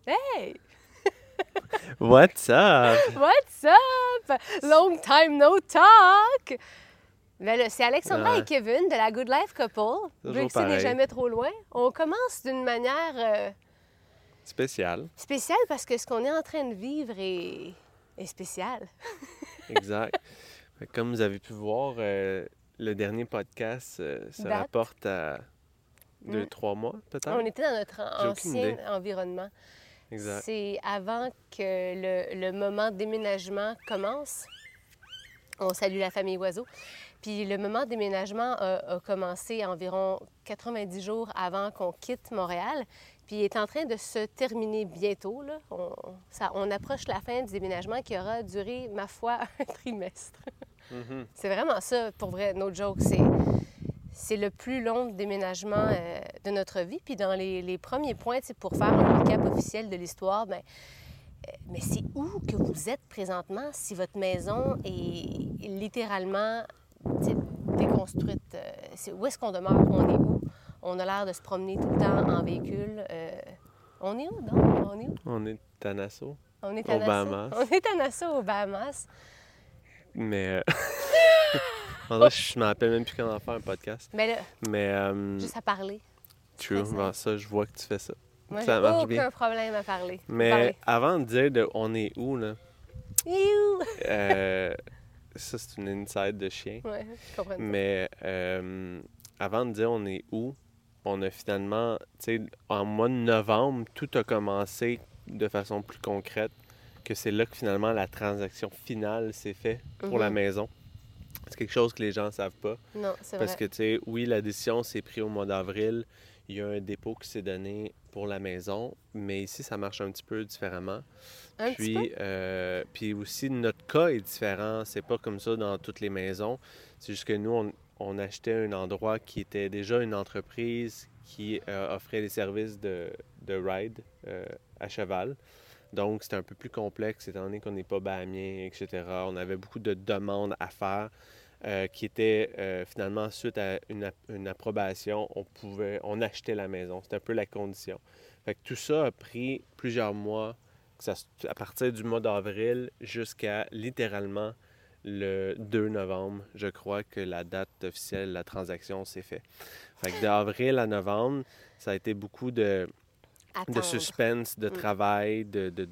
Hey! What's up? What's up? Long time no talk! Ben là, c'est Alexandra Ouais. et Kevin de la Good Life Couple. Toujours Brixton n'est pareil. jamais trop loin. On commence d'une manière Spécial. spéciale parce que ce qu'on est en train de vivre est spécial. Exact. Fait que comme vous avez pu voir, le dernier podcast se Date. rapporte à 2-3 mois, On peut-être? était dans notre J'ai aucune ancien idée. environnement. Exact. C'est avant que le moment de déménagement commence. On salue la famille Oiseau. Puis le moment de déménagement a commencé environ 90 jours avant qu'on quitte Montréal. Puis il est en train de se terminer bientôt. Là. On approche la fin du déménagement qui aura duré, ma foi, un trimestre. Mhm. C'est vraiment ça, pour vrai, no joke. C'est le plus long déménagement de notre vie. Puis dans les premiers points, pour faire un recap officiel de l'histoire, mais c'est où que vous êtes présentement si votre maison est littéralement déconstruite? Où est-ce qu'on demeure? On est où? On a l'air de se promener tout le temps en véhicule. On est où, donc? On est où? On est à Nassau, On est aux à Nassau. Bahamas. On est à Nassau, aux Bahamas. Mais en vrai, je me rappelle même plus comment faire un podcast. Mais là, Mais juste à parler. true, fais ça. bon, ça, je vois que tu fais ça. Moi, Ça j'ai marche aucun bien. problème à parler. Mais Parler. avant de dire de on est où, là, Iou! ça, c'est une inside de chien. Ouais, je comprends. Mais avant de dire on est où, on a finalement, tu sais, en mois de novembre, tout a commencé de façon plus concrète, que c'est là que finalement la transaction finale s'est faite pour la maison. C'est quelque chose que les gens ne savent pas. Non, c'est Parce vrai. que, tu sais, oui, la décision s'est prise au mois d'avril. Il y a un dépôt qui s'est donné pour la maison, mais ici, ça marche un petit peu différemment. Un petit peu? Puis aussi, notre cas est différent. C'est pas comme ça dans toutes les maisons. C'est juste que nous, on achetait un endroit qui était déjà une entreprise qui offrait des services de ride à cheval. Donc, c'était un peu plus complexe, étant donné qu'on n'est pas bahamiens, etc. On avait beaucoup de demandes à faire qui étaient finalement, suite à une approbation, on achetait la maison. C'était un peu la condition. Fait que tout ça a pris plusieurs mois, à partir du mois d'avril jusqu'à littéralement le 2 novembre, je crois que la date officielle de la transaction s'est faite. Fait que d'avril à novembre, ça a été beaucoup de Attendre. suspense, de travail,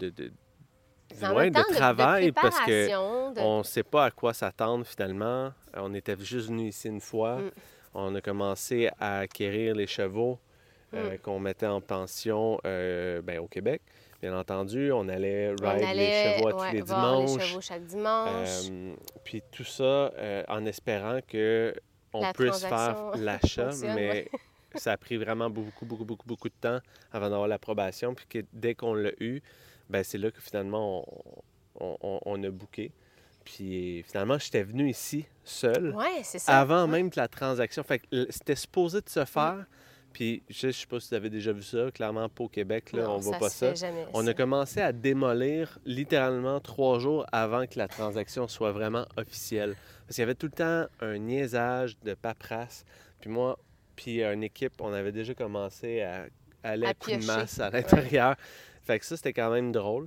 En même temps, de travail parce que préparation, on ne sait pas à quoi s'attendre finalement. On était juste venu ici une fois. On a commencé à acquérir les chevaux qu'on mettait en pension au Québec. Bien entendu, on allait ride les chevaux à tous les voir les dimanches. chevaux chaque dimanche. Puis tout ça en espérant que on La puisse faire transaction l'achat, fonctionne, mais ça a pris vraiment beaucoup de temps avant d'avoir l'approbation. Puis que dès qu'on l'a eu, ben c'est là que finalement on a booké. Puis finalement, j'étais venu ici seul Oui, c'est ça. avant même que la transaction. Fait que c'était supposé de se faire. Puis je sais pas si vous avez déjà vu ça, clairement pas au Québec, là, Non, on voit ça pas se ça. fait jamais, On ça. a commencé à démolir littéralement 3 jours avant que la transaction soit vraiment officielle. Parce qu'il y avait tout le temps un niaisage de paperasse. Puis moi, puis une équipe, on avait déjà commencé à aller à coup de piocher. masse à l'intérieur. Fait que ça, c'était quand même drôle.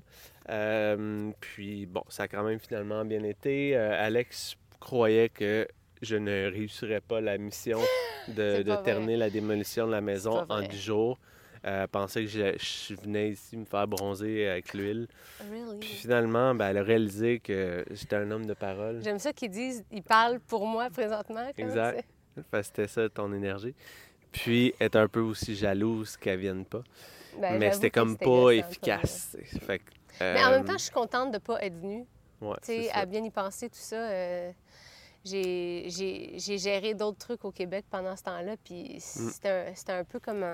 Puis bon, ça a quand même finalement bien été. Alex croyait que je ne réussirais pas la mission de pas terminer la démolition de la maison C'est pas en vrai. 10 jours. Pensait que je venais ici me faire bronzer avec l'huile. Really? Puis finalement, ben, elle a réalisé que j'étais un homme de parole. J'aime ça qu'ils disent, ils parlent pour moi présentement. Comme Exact. Fait que c'était ça ton énergie. Puis elle est un peu aussi jalouse qu'elle vienne pas. Ben, Mais j'avoue c'était que comme c'était pas gossant, efficace. Fait que, Mais en même temps, je suis contente de ne pas être venue. ouais, Tu sais, c'est à ça. bien y penser, tout ça. J'ai géré d'autres trucs au Québec pendant ce temps-là, puis c'était un peu comme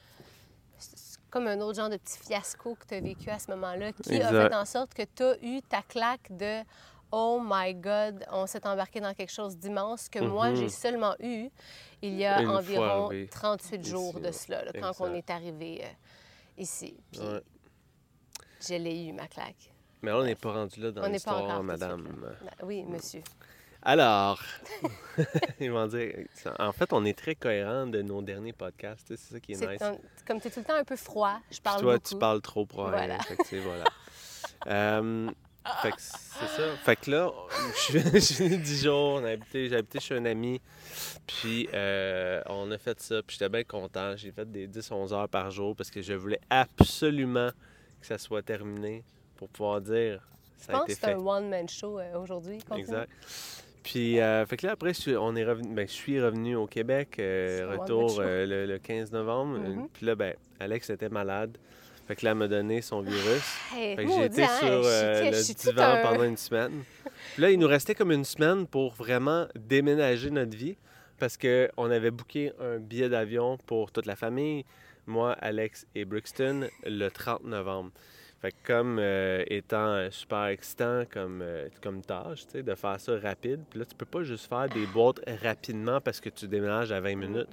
un autre genre de petit fiasco que tu as vécu à ce moment-là, qui a Exact. fait en sorte que tu as eu ta claque de « Oh my God, on s'est embarqué dans quelque chose d'immense » que moi, j'ai seulement eu il y a Une fois environ arrivé 38 ici, jours de ouais. cela, là, quand Exact. on est arrivé ici. Puis Ouais. je l'ai eu, ma claque. Mais là, on n'est pas rendu là dans On n'est pas l'histoire, encore tout de madame. suite là. Oui, monsieur. Alors, ils vont dire... En fait, on est très cohérents de nos derniers podcasts. C'est ça qui est nice. Comme tu es tout le temps un peu froid, je parle toi, beaucoup. tu parles trop pour rien. Voilà. Fait que c'est voilà. Fait que c'est ça. Fait que là, je suis venu 10 jours, j'ai habité chez un ami, puis on a fait ça, puis j'étais bien content. J'ai fait des 10-11 heures par jour parce que je voulais absolument que ça soit terminé pour pouvoir dire Je ça a pense été que c'est fait. un one-man show aujourd'hui. Continue. Exact. Puis, fait que là, après, je suis revenu au Québec, retour le 15 novembre. Mm-hmm. Puis là, ben, Alex était malade. Fait que là, elle m'a donné son virus. Hey, Fait que j'ai été sur le divan pendant une semaine. Puis là, il nous restait comme une semaine pour vraiment déménager notre vie parce qu'on avait booké un billet d'avion pour toute la famille, moi, Alex et Brixton, le 30 novembre. Fait que comme étant super excitant comme tâche, tu sais, de faire ça rapide. Puis là, tu peux pas juste faire des boîtes rapidement parce que tu déménages à 20 minutes.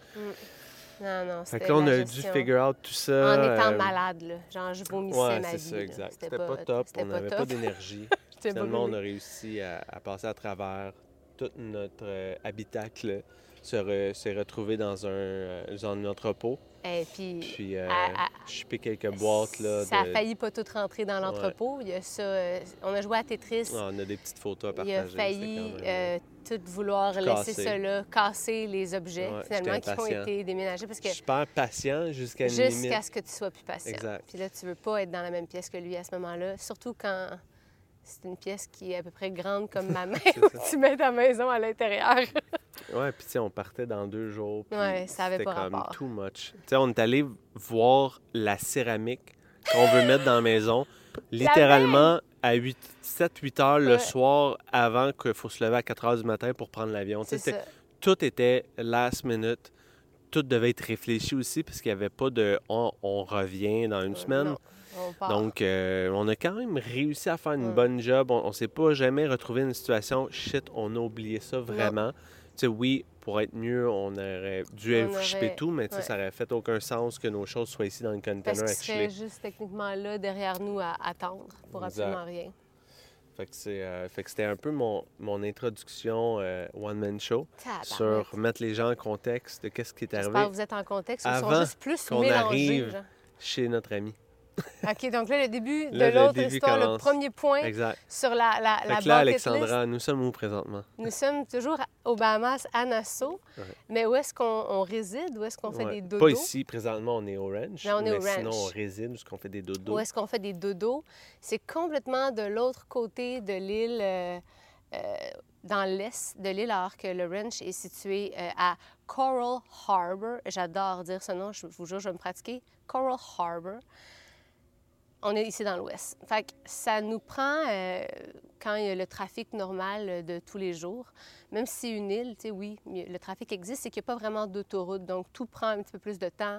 Non, fait que là, on a dû figure out tout ça. En étant malade, là. Genre, je vomissais ma vie. C'est ça, exact. C'était pas top. On n'avait pas d'énergie. Finalement, on a réussi à passer à travers tout notre habitacle, se retrouver dans un entrepôt. Et puis chipper quelques boîtes. Là, ça a failli pas tout rentrer dans l'entrepôt. Il y a ça. On a joué à Tetris. On a des petites photos à partager. Il a failli tout vouloir laisser ça là, casser les objets, finalement, qui ont été déménagés. Parce que super patient jusqu'à une limite. Jusqu'à ce que tu sois plus patient. Exact. Puis là, tu veux pas être dans la même pièce que lui à ce moment-là, surtout quand c'est une pièce qui est à peu près grande comme ma main, où tu mets ta maison à l'intérieur. Ouais, puis tu sais, on partait dans 2 jours. Ouais, ça avait pas comme rapport. Too much. Tu sais, on est allé voir la céramique qu'on veut mettre dans la maison, littéralement à 7-8 heures le soir avant qu'il faut se lever à 4 heures du matin pour prendre l'avion. Tout était last minute. Tout devait être réfléchi aussi parce qu'il n'y avait pas de on revient dans une semaine. Non. Donc, on a quand même réussi à faire une bonne job. On ne s'est pas jamais retrouvé dans une situation shit, on a oublié ça vraiment. Tu sais, oui, pour être mieux, on aurait dû shipper tout, mais ça n'aurait fait aucun sens que nos choses soient ici dans le container. Parce qu'ils seraient juste techniquement là, derrière nous, à attendre pour absolument rien. Fait que c'était un peu mon introduction one-man show sur mettre les gens en contexte de qu'est-ce qui est arrivé. J'espère que vous êtes en contexte, ils sont juste plus qu'on mélangés. Arrive chez notre ami. OK, donc là, le début de l'autre histoire, le premier point sur la bucket là, Alexandra, list. Nous sommes où présentement? Nous sommes toujours aux Bahamas, à Nassau. Mais où est-ce qu'on réside? Où est-ce qu'on fait des dodos? Pas ici, présentement, on est au ranch. Mais on est au ranch. Sinon, on réside où est-ce qu'on fait des dodos. Où est-ce qu'on fait des dodos? C'est complètement de l'autre côté de l'île, dans l'est de l'île, alors que le ranch est situé à Coral Harbor. J'adore dire ce nom, je vous jure, je vais me pratiquer. Coral Harbor. On est ici dans l'ouest. Fait que ça nous prend, quand il y a le trafic normal de tous les jours, même si c'est une île, tu sais, oui, le trafic existe, c'est qu'il n'y a pas vraiment d'autoroute, donc tout prend un petit peu plus de temps.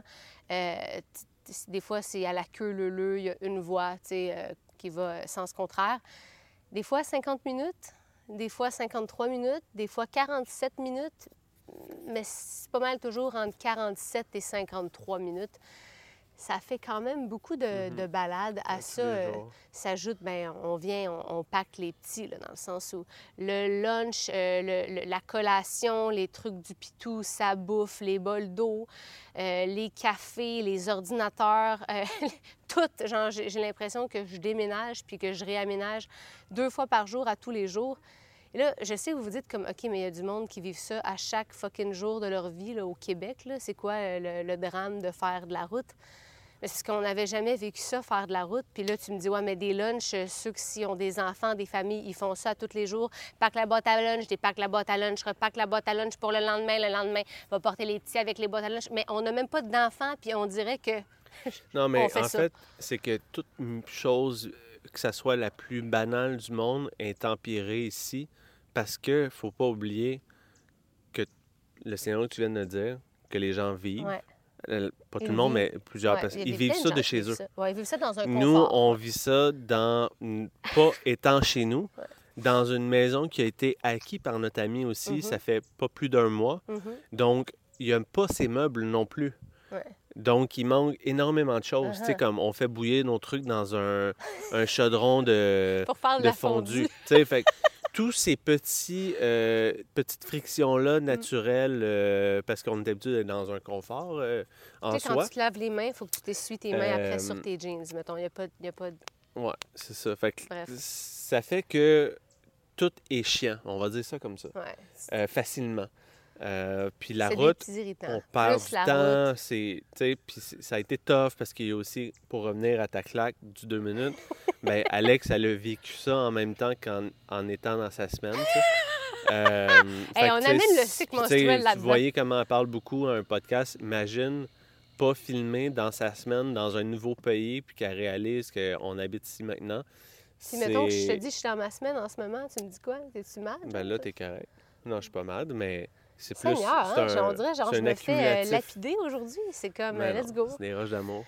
Des fois, c'est à la queue leu-leu, il y a une voie, tu sais, qui va sens contraire. Des fois, 50 minutes, des fois 53 minutes, des fois 47 minutes, mais c'est pas mal toujours entre 47 et 53 minutes. Ça fait quand même beaucoup de balades. À ça s'ajoute, on vient, on packe les petits, là, dans le sens où le lunch, la collation, les trucs du pitou, ça bouffe, les bols d'eau, les cafés, les ordinateurs, tout. Genre, j'ai l'impression que je déménage puis que je réaménage 2 fois par jour à tous les jours. Et là, je sais que vous vous dites comme, OK, mais il y a du monde qui vivent ça à chaque fucking jour de leur vie là, au Québec. Là. C'est quoi le drame de faire de la route? Mais c'est parce qu'on n'avait jamais vécu ça, faire de la route. Puis là, tu me dis, ouais, mais des lunchs, ceux qui ont des enfants, des familles, ils font ça tous les jours. Pack la boîte à lunch, dépack la boîte à lunch, repack la boîte à lunch pour le lendemain, va porter les petits avec les boîtes à lunch. Mais on n'a même pas d'enfants, puis on dirait que. Non, mais en fait, c'est que toute chose, que ça soit la plus banale du monde, est empirée ici. Parce que faut pas oublier que le scénario que tu viens de dire, que les gens vivent. Ouais. Pas tout le monde, mais plusieurs personnes. Ils vivent ça de chez eux. Oui, ils vivent ça dans un confort. Nous, on vit ça pas étant chez nous, dans une maison qui a été acquise par notre ami aussi. Ça fait pas plus d'1 mois. Donc, il n'y a pas ces meubles non plus. Donc, il manque énormément de choses. Tu sais, comme on fait bouillir nos trucs dans un chaudron de pour faire de fondu. Tu sais, fait tous ces petites frictions-là naturelles, parce qu'on est habitué d'être dans un confort en Tu sais, quand soi. tu te laves les mains, il faut que tu t'essuies tes mains après Euh, sur tes jeans, mettons. Il n'y a pas de... Ouais, c'est ça. Fait que Bref. ça fait que tout est chiant, on va dire ça comme ça, Ouais. facilement. Puis la C'est des route, petits irritants. on perd Plus du la temps, route. puis ça a été tough parce qu'il y a aussi, pour revenir à ta claque du 2 minutes, ben Alex, elle a vécu ça en même temps qu'en étant dans sa semaine, tu sais. Hey, on tu sais, amène le cycle puis tu sais, menstruel vous là-dedans. voyez comment elle parle beaucoup à un podcast. Imagine pas filmer dans sa semaine dans un nouveau pays puis qu'elle réalise qu'on habite ici maintenant. Si, mettons, je te dis, je suis dans ma semaine en ce moment, tu me dis quoi? T'es-tu mal? Ben là, t'es correct. Non, je suis pas malade, mais c'est plus... Seigneur, c'est hein? un, On dirait, genre, c'est je un me fais accumulatif. lapider aujourd'hui. C'est comme, Mais let's non, go. c'est des roches d'amour.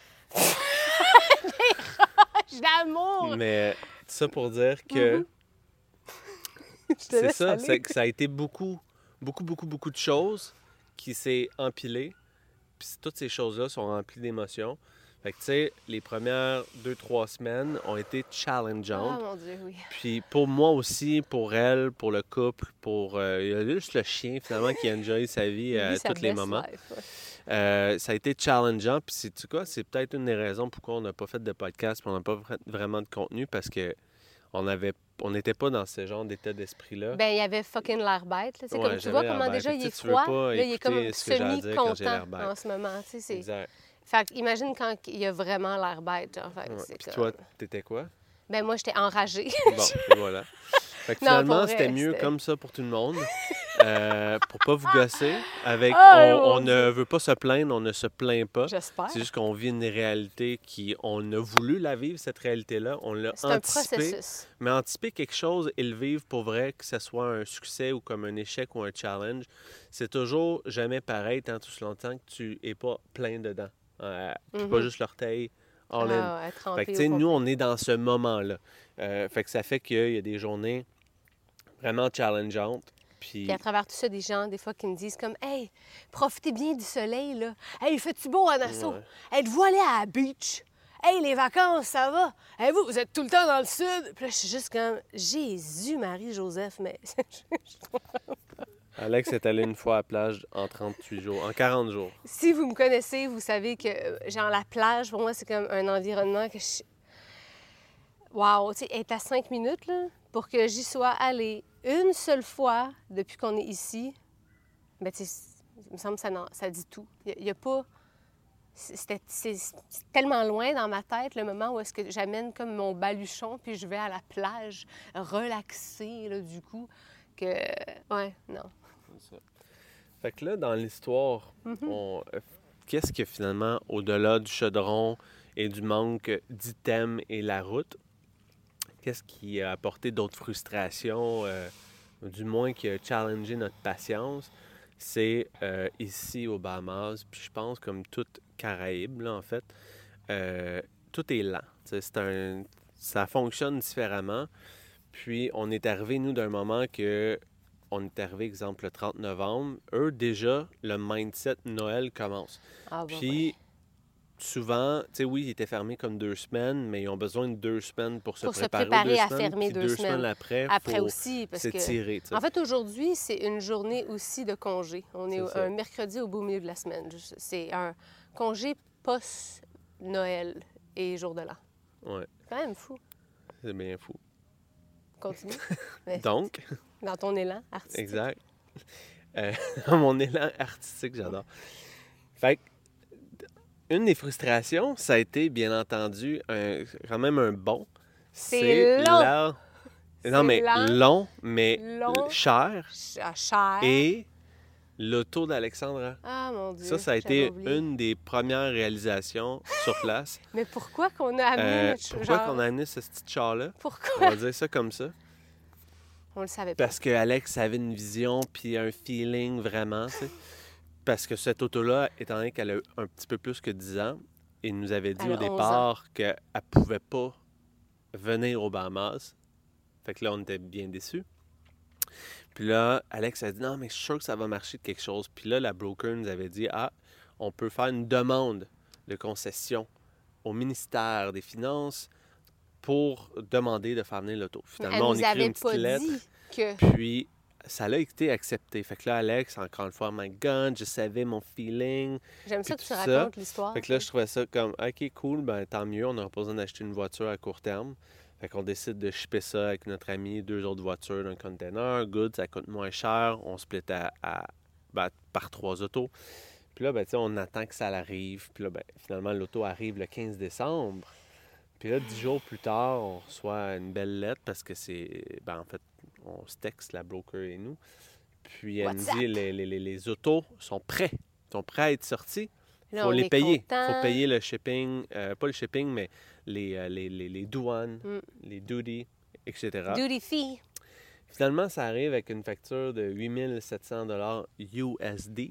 D'amour! Mais ça pour dire que Je te c'est laisse ça, aller. c'est que ça a été beaucoup de choses qui s'est empilé. Puis toutes ces choses-là sont remplies d'émotions. Fait que, tu sais, les premières 2-3 semaines ont été Ah, challengeantes. mon Dieu, oui. Puis pour moi aussi, pour elle, pour le couple, il y a juste le chien, finalement, qui a enjoy sa vie Il à vit sa tous les best moments. life, ouais. Ça a été challengeant. Puis, sais-tu quoi? C'est peut-être une des raisons pourquoi on n'a pas fait de podcast, puis on n'a pas vraiment de contenu, parce que on n'était pas dans ce genre d'état d'esprit-là. Ben, il y avait fucking l'air bête. Là. Tu sais, Ouais, comme tu vois j'avais l'air comment bête. déjà Fait que, il est tu sais, tu veux froid. pas Là, il est comme écouter ce que j'ai à dire quand j'ai l'air semi-content bête. en ce moment. Tu sais, c'est... Exact. Fait que imagine quand il a vraiment l'air bête. Genre, fait que Ouais. c'est Puis comme... toi, t'étais quoi? Ben, moi, j'étais enragée. Bon, et voilà. Fait que Non, finalement, pour vrai, c'était mieux c'était- comme ça pour tout le monde. Pour pas vous gosser. Avec, Ah, on mon ne veut pas se plaindre, on ne se plaint pas. J'espère. C'est juste qu'on vit une réalité on a voulu la vivre, cette réalité-là. On l'a C'est un anticipée. processus. Mais anticiper quelque chose et le vivre pour vrai, que ce soit un succès ou comme un échec ou un challenge, c'est toujours jamais pareil tant tout longtemps que tu n'es pas plein dedans. Puis pas juste l'orteil, all in. Ah, ouais, trempé Fait que, tu au sais, nous, complet. on est dans ce moment-là. Fait que ça fait qu'il y a des journées vraiment challengeantes. Puis à travers tout ça, des gens, des fois, qui me disent comme « Hey, profitez bien du soleil, là. Hey, fait-tu beau à Nassau? Ouais. Êtes-vous allé à la beach? Hey, les vacances, ça va? Hey, vous êtes tout le temps dans le sud? » Puis là, je suis juste comme « Jésus, Marie-Joseph, mais... » Alex est allé une fois à la plage en 38 jours, en 40 jours. Si vous me connaissez, vous savez que, genre, la plage, pour moi, c'est comme un environnement que je... Wow! Tu sais, être à 5 minutes, là, pour que j'y sois allée une seule fois depuis qu'on est ici, bien, tu sais, il me semble que ça dit tout. Il y a pas... C'est tellement loin dans ma tête, le moment où est-ce que j'amène comme mon baluchon, puis je vais à la plage, relaxer, là, du coup, que... Ouais, non. C'est ça. Fait que là, dans l'histoire, qu'est-ce que finalement, au-delà du chaudron et du manque d'items et la route, qu'est-ce qui a apporté d'autres frustrations, du moins qui a challengé notre patience? C'est ici aux Bahamas, puis je pense comme toute Caraïbe, là, en fait, tout est lent. Ça fonctionne différemment. Puis on est arrivé, nous, d'un moment que on est arrivé, exemple, le 30 novembre. Eux, déjà, le mindset Noël commence. Ah, bon, Puis souvent, tu sais, oui, ils étaient fermés comme 2 semaines, mais ils ont besoin de 2 semaines pour se Pour se préparer, préparer aux 2 à semaines, fermer puis 2 2 semaines semaines. après, Après faut aussi, parce que... s'étirer, tu sais. En fait, aujourd'hui, c'est une journée aussi de congé. On est C'est ça. un mercredi au beau milieu de la semaine. C'est un congé post-Noël et jour de l'an. Ouais, C'est quand même fou. c'est bien fou. Continue. Mais Donc, dans ton élan artistique. exact. Mon élan artistique, j'adore. Fait que, une des frustrations, ça a été, bien entendu, quand même un bon. C'est long. Non, C'est mais lent, long, mais long. cher. Cher. Et l'auto d'Alexandra. Ah, mon Dieu. Ça a j'avais été oublié. une des premières réalisations sur place. Mais pourquoi qu'on a amené notre Pourquoi genre... qu'on a amené ce petit char-là? On Pourquoi? va dire ça comme ça. On le savait pas. Parce que Alex avait une vision puis un feeling vraiment, tu sais. Parce que cette auto-là, étant donné qu'elle a un petit peu plus que 10 ans, il nous avait dit Elle a au 11 départ qu'elle ne pouvait pas venir aux Bahamas. Fait que là, on était bien déçus. Puis là, Alex a dit « Non, mais je suis sûr que ça va marcher de quelque chose. » Puis là, la broker nous avait dit « Ah, on peut faire une demande de concession au ministère des Finances pour demander de faire venir l'auto. Elle Finalement, on nous écrit avait une petite pas lettre, dit que... puis ça a été accepté. Fait que là, Alex, encore une fois, my God, je savais mon feeling. J'aime Puis ça que tout tu ça. racontes l'histoire. Fait que là, je trouvais ça comme, OK, cool, ben tant mieux, on n'aura pas besoin d'acheter une voiture à court terme. Fait qu'on décide de shipper ça avec notre ami, 2 autres voitures d'un container. Good, ça coûte moins cher. On split par 3 autos. Puis là, ben, tu sais, on attend que ça arrive. Puis là, ben, finalement, l'auto arrive le 15 décembre. Puis là, 10 jours plus tard, on reçoit une belle lettre parce que c'est... Ben, en fait, on se texte, la broker et nous. Puis elle WhatsApp. nous dit, les autos sont prêts. Ils sont prêts à être sortis. Il Là, faut on les est payer. Il content. faut payer le shipping. Pas le shipping, mais les douanes, les duties, etc. Duty fee. Finalement, ça arrive avec une facture de 8 700 USD.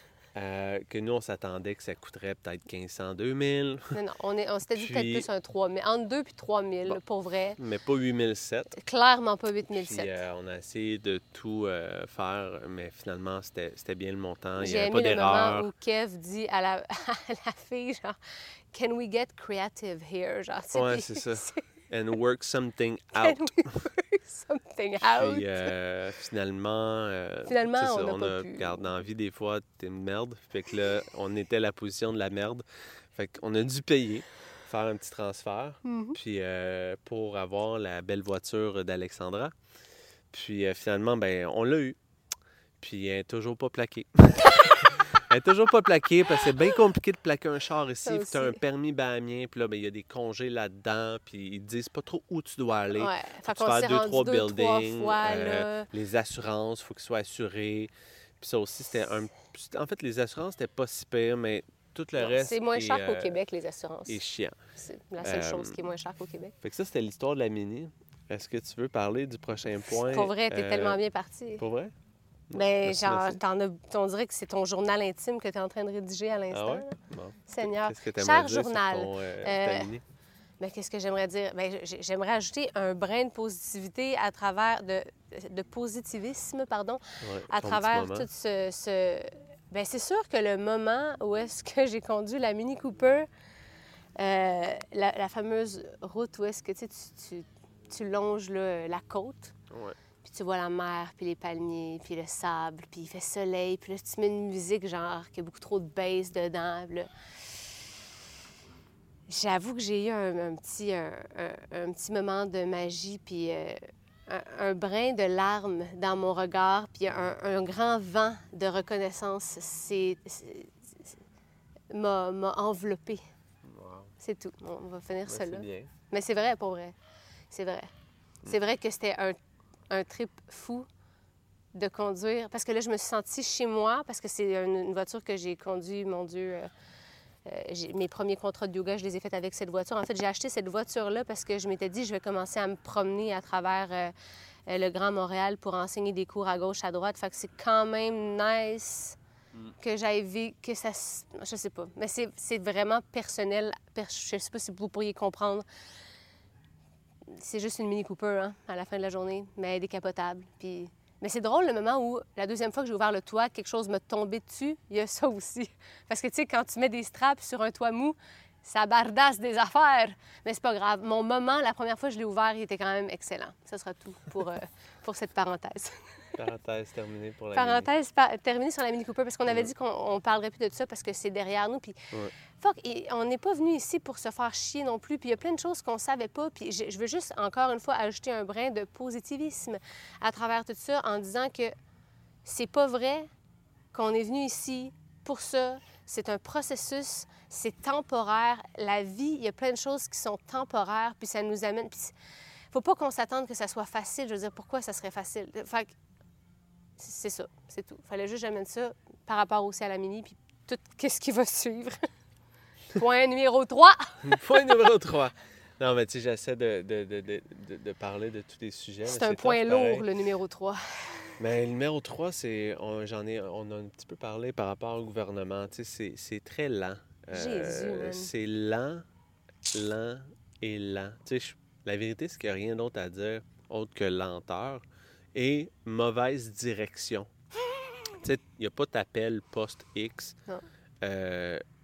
Que nous, on s'attendait que ça coûterait peut-être 1500, 2000. Non, on s'était dit peut-être Puis- plus un 3 000. Entre 2 puis 3 000, Bon. pour vrai. Mais pas 8007. Clairement pas 8 Puis 700. on a essayé de tout faire, mais finalement, c'était bien le montant. Il n'y J'ai avait pas aimé le moment d'erreur. où Kev dit à la, à la fille, genre, « Can we get creative here? » Genre, tu sais, Ouais, puis c'est ça. And work something Can out. we work something out? Puis finalement, Finalement, c'est ça, on n'a pas pu. Regarde, dans la vie, des fois, t'es une merde. Fait que là, on était la position de la merde. Fait qu'on a dû payer, faire un petit transfert, Mhm. puis pour avoir la belle voiture d'Alexandra. Puis finalement, ben on l'a eu. Puis elle n'est toujours pas plaquée. Elle n'est toujours pas plaquée parce que c'est bien compliqué de plaquer un char ici. Ça Tu as un aussi. permis bahamien, puis là, ben, il y a des congés là-dedans, puis ils te disent pas trop où tu dois aller. Ouais, fait Tu qu'on fais s'est 2-3 rendu 2-3 buildings, fois, là. les assurances, il faut qu'ils soient assurés. Puis ça aussi, c'était un... En fait, les assurances, c'était pas si pire, mais tout le Non, reste c'est moins cher qu'au est Québec, les assurances. chiant. C'est la seule Euh, chose qui est moins chère qu'au Québec. Fait que ça, c'était l'histoire de la Mini. Est-ce que tu veux parler du prochain point? Pour vrai, t'es tellement bien parti. Pour vrai? Ben, Merci, genre, merci. on dirait que c'est ton journal intime que tu es en train de rédiger à l'instant. Ah ouais? Bon. Seigneur. Qu'est-ce que tu Cher aimerais dire journal, sur ta Mini? Ben, qu'est-ce que j'aimerais dire? Ben, j'aimerais ajouter un brin de positivité à travers de positivisme, pardon, Ouais, à ton petit travers moment. tout ce... Ben, c'est sûr que le moment où est-ce que j'ai conduit la Mini Cooper, la fameuse route où est-ce que tu longes là, la côte, Ouais. puis tu vois la mer, puis les palmiers, puis le sable, puis il fait soleil, puis là, tu mets une musique genre qui a beaucoup trop de bass dedans. Puis là, j'avoue que j'ai eu un petit moment de magie, puis un brin de larmes dans mon regard, puis un grand vent de reconnaissance m'a enveloppé. Wow. C'est tout. On va finir Ouais, ça c'est là. bien. Mais c'est vrai, pour vrai. C'est vrai. C'est vrai que c'était un trip fou de conduire. Parce que là, je me suis sentie chez moi, parce que c'est une voiture que j'ai conduite, mon Dieu. Mes premiers contrats de yoga, je les ai faits avec cette voiture. En fait, j'ai acheté cette voiture-là parce que je m'étais dit, je vais commencer à me promener à travers le Grand Montréal pour enseigner des cours à gauche, à droite. Fait que c'est quand même nice que j'aille vivre, que ça... Je sais pas. Mais c'est vraiment personnel. Je sais pas si vous pourriez comprendre. C'est juste une Mini Cooper, hein, à la fin de la journée, mais décapotable. Puis... Mais c'est drôle le moment où, la deuxième fois que j'ai ouvert le toit, quelque chose m'a tombé dessus. Il y a ça aussi. Parce que, tu sais, quand tu mets des straps sur un toit mou, ça bardasse des affaires. Mais c'est pas grave. Mon moment, la première fois que je l'ai ouvert, il était quand même excellent. Ça sera tout pour cette parenthèse. Parenthèse terminée pour la Parenthèse terminée sur la Mini Cooper, parce qu'on avait dit qu'on ne parlerait plus de ça parce que c'est derrière nous. Puis, Ouais. fuck, on n'est pas venu ici pour se faire chier non plus. Puis il y a plein de choses qu'on ne savait pas. Puis je veux juste, encore une fois, ajouter un brin de positivisme à travers tout ça en disant que c'est pas vrai qu'on est venu ici pour ça. C'est un processus, c'est temporaire. La vie, il y a plein de choses qui sont temporaires, puis ça nous amène... Puis faut pas qu'on s'attende que ça soit facile. Je veux dire, pourquoi ça serait facile? Fait que c'est ça, c'est tout. Fallait juste que j'amène ça par rapport aussi à la Mini, puis tout ce qui va suivre. Point numéro 3. Point numéro 3. Non, mais tu sais, j'essaie de parler de tous les sujets. C'est mais un point tough, pareil. lourd, le numéro 3. Mais le numéro 3, c'est... On a un petit peu parlé par rapport au gouvernement. Tu sais, c'est très lent. Jésus, man. C'est lent, lent et lent. Tu sais, la vérité, c'est qu'il n'y a rien d'autre à dire autre que lenteur et mauvaise direction. Tu sais, il n'y a pas d'appel post-X. Non.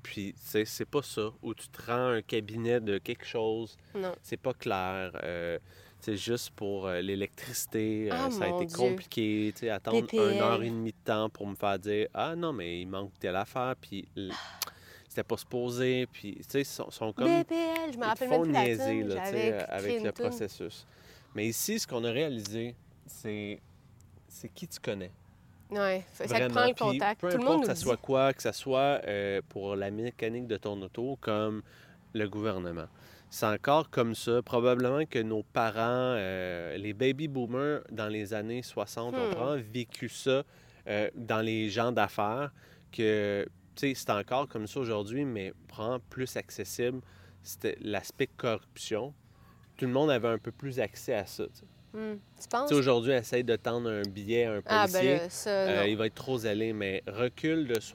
Puis, tu sais, c'est pas ça. Ou tu te rends un cabinet de quelque chose, Non. c'est pas clair. C'est juste pour l'électricité, Ah, ça a mon été Dieu. compliqué. Tu sais, attendre BPL. 1 heure et demie de temps pour me faire dire ah non, mais il manque telle affaire, puis c'était pas supposé. Puis, tu sais, ils sont comme. BPL, je me Ils te rappelle même font plus la niaiser, tune. là, tu sais, J'avais créé avec une le tune. processus. Mais ici, ce qu'on a réalisé, c'est qui tu connais. Ouais, ça te Vraiment. prend le Puis, contact. peu Tout le importe monde que nous ça dit. soit quoi, que ça soit pour la mécanique de ton auto, comme le gouvernement. C'est encore comme ça. Probablement que nos parents, les baby boomers dans les années 60, ont probablement vécu ça dans les gens d'affaires, que, tu sais, c'est encore comme ça aujourd'hui, mais probablement plus accessible. C'était l'aspect corruption. Tout le monde avait un peu plus accès à ça. Tu sais. Tu Tu sais, penses? aujourd'hui, essaye de tendre un billet à un Ah, policier. ben là, ça, non. Il va être trop zélé, mais recul de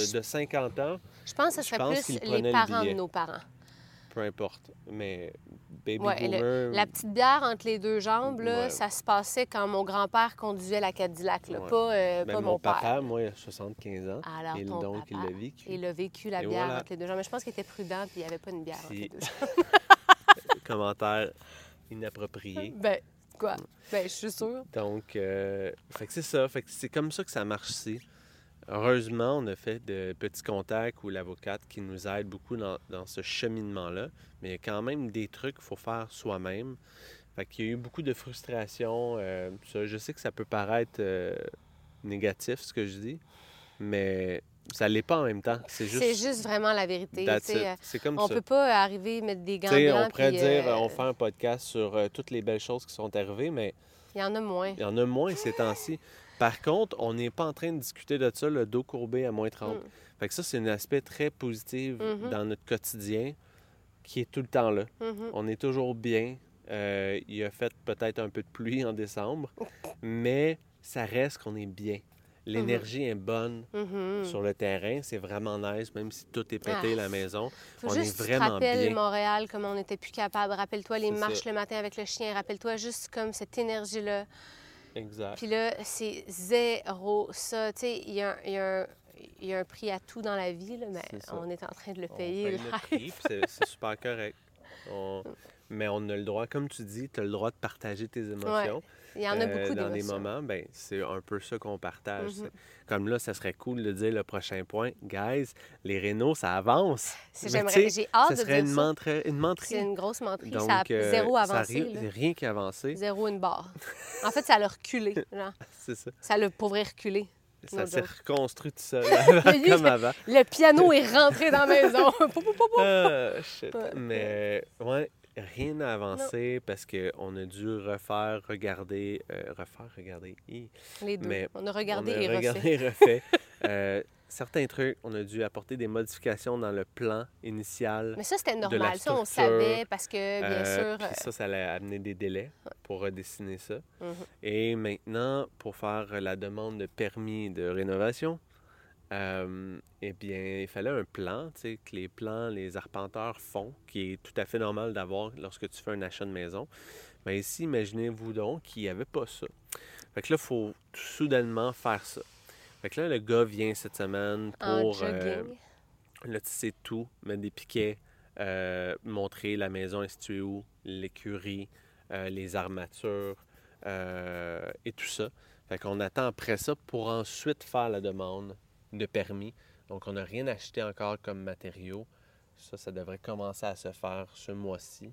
50 ans, Je pense que ce je serait pense plus qu'il les prenait le parents de billet. nos parents. Peu importe. Mais baby Ouais, boomer, la petite bière entre les deux jambes, là, ouais. ça se passait quand mon grand-père conduisait la Cadillac, là, Ouais. pas mon mon père. papa, moi, il a 75 ans. Alors, Et ton donc, il papa, l'a vécu. il a vécu la Et bière voilà. entre les deux jambes. Mais je pense qu'il était prudent puis il n'y avait pas une bière entre les Puis- deux jambes. Commentaire inapproprié. Ben, quoi? Ben, je suis sûre. Donc, fait que c'est ça. Fait que c'est comme ça que ça marche ici. Heureusement, on a fait de petits contacts ou l'avocate qui nous aide beaucoup dans ce cheminement-là. Mais il y a quand même des trucs qu'il faut faire soi-même. Fait qu'il y a eu beaucoup de frustration. Ça, je sais que ça peut paraître négatif, ce que je dis, mais ça l'est pas en même temps. C'est juste vraiment la vérité. That's tu sais, it. C'est comme on ça. peut pas arriver, mettre des gants Tu sais, blancs. on pourrait puis, dire, on fait un podcast sur toutes les belles choses qui sont arrivées, mais il y en a moins. il y en a moins ces temps-ci. Par contre, on n'est pas en train de discuter de ça, le dos courbé à moins 30. Fait que ça, c'est un aspect très positif dans notre quotidien qui est tout le temps là. On est toujours bien. Il a fait peut-être un peu de pluie en décembre, mais ça reste qu'on est bien. L'énergie est bonne sur le terrain. C'est vraiment nice, même si tout est pété la maison. Faut On juste est que tu te vraiment rappelles bien. Montréal, comme on n'était plus capable. Rappelle-toi les C'est marches ça. le matin avec le chien. Rappelle-toi juste comme cette énergie-là. Exact. Puis là, c'est zéro ça. Tu sais, il y a un prix à tout dans la vie, là, mais C'est ça. on est en train de le On payer. paye le prix, puis c'est super correct. Mais on a le droit, comme tu dis, tu as le droit de partager tes émotions. Il y en a beaucoup dans des d'émotions. moments, ben c'est un peu ça qu'on partage. C'est- Comme là, ça serait cool de dire le prochain point. Guys, les rénaux, ça avance. Mais tu sais, J'ai hâte ça de serait dire une ça. menterie. C'est une grosse menterie. Donc, Ça a zéro ça avancé. ri- là. rien qui a avancé. Zéro une barre. En fait, ça l'a reculé. Genre. C'est ça. Ça l'a pour vrai reculé. Ça No s'est joke. reconstruit tout seul, Il y a eu comme avant. Le piano est rentré dans la maison. Ah, shit. Ouais. Mais, ouais, rien n'a avancé parce qu'on a dû regarder. Hi. Les deux. Mais On a regardé on a et refait. regardé et refait. Certains trucs, on a dû apporter des modifications dans le plan initial. Mais ça, c'était la normal. Ça, on structure, savait parce que, bien sûr... Puis ça allait amener des délais pour redessiner ça. Mhm. Et maintenant, pour faire la demande de permis de rénovation, eh bien, il fallait un plan, tu sais, que les plans, les arpenteurs font, qui est tout à fait normal d'avoir lorsque tu fais un achat de maison. Mais ici, imaginez-vous donc qu'il n'y avait pas ça. Fait que là, il faut soudainement faire ça. Fait que là, le gars vient cette semaine En pour jogging. là, tisser tout, mettre des piquets, montrer la maison est située où, l'écurie, les armatures et tout ça. Fait qu'on attend après ça pour ensuite faire la demande de permis. Donc, on n'a rien acheté encore comme matériaux. Ça devrait commencer à se faire ce mois-ci,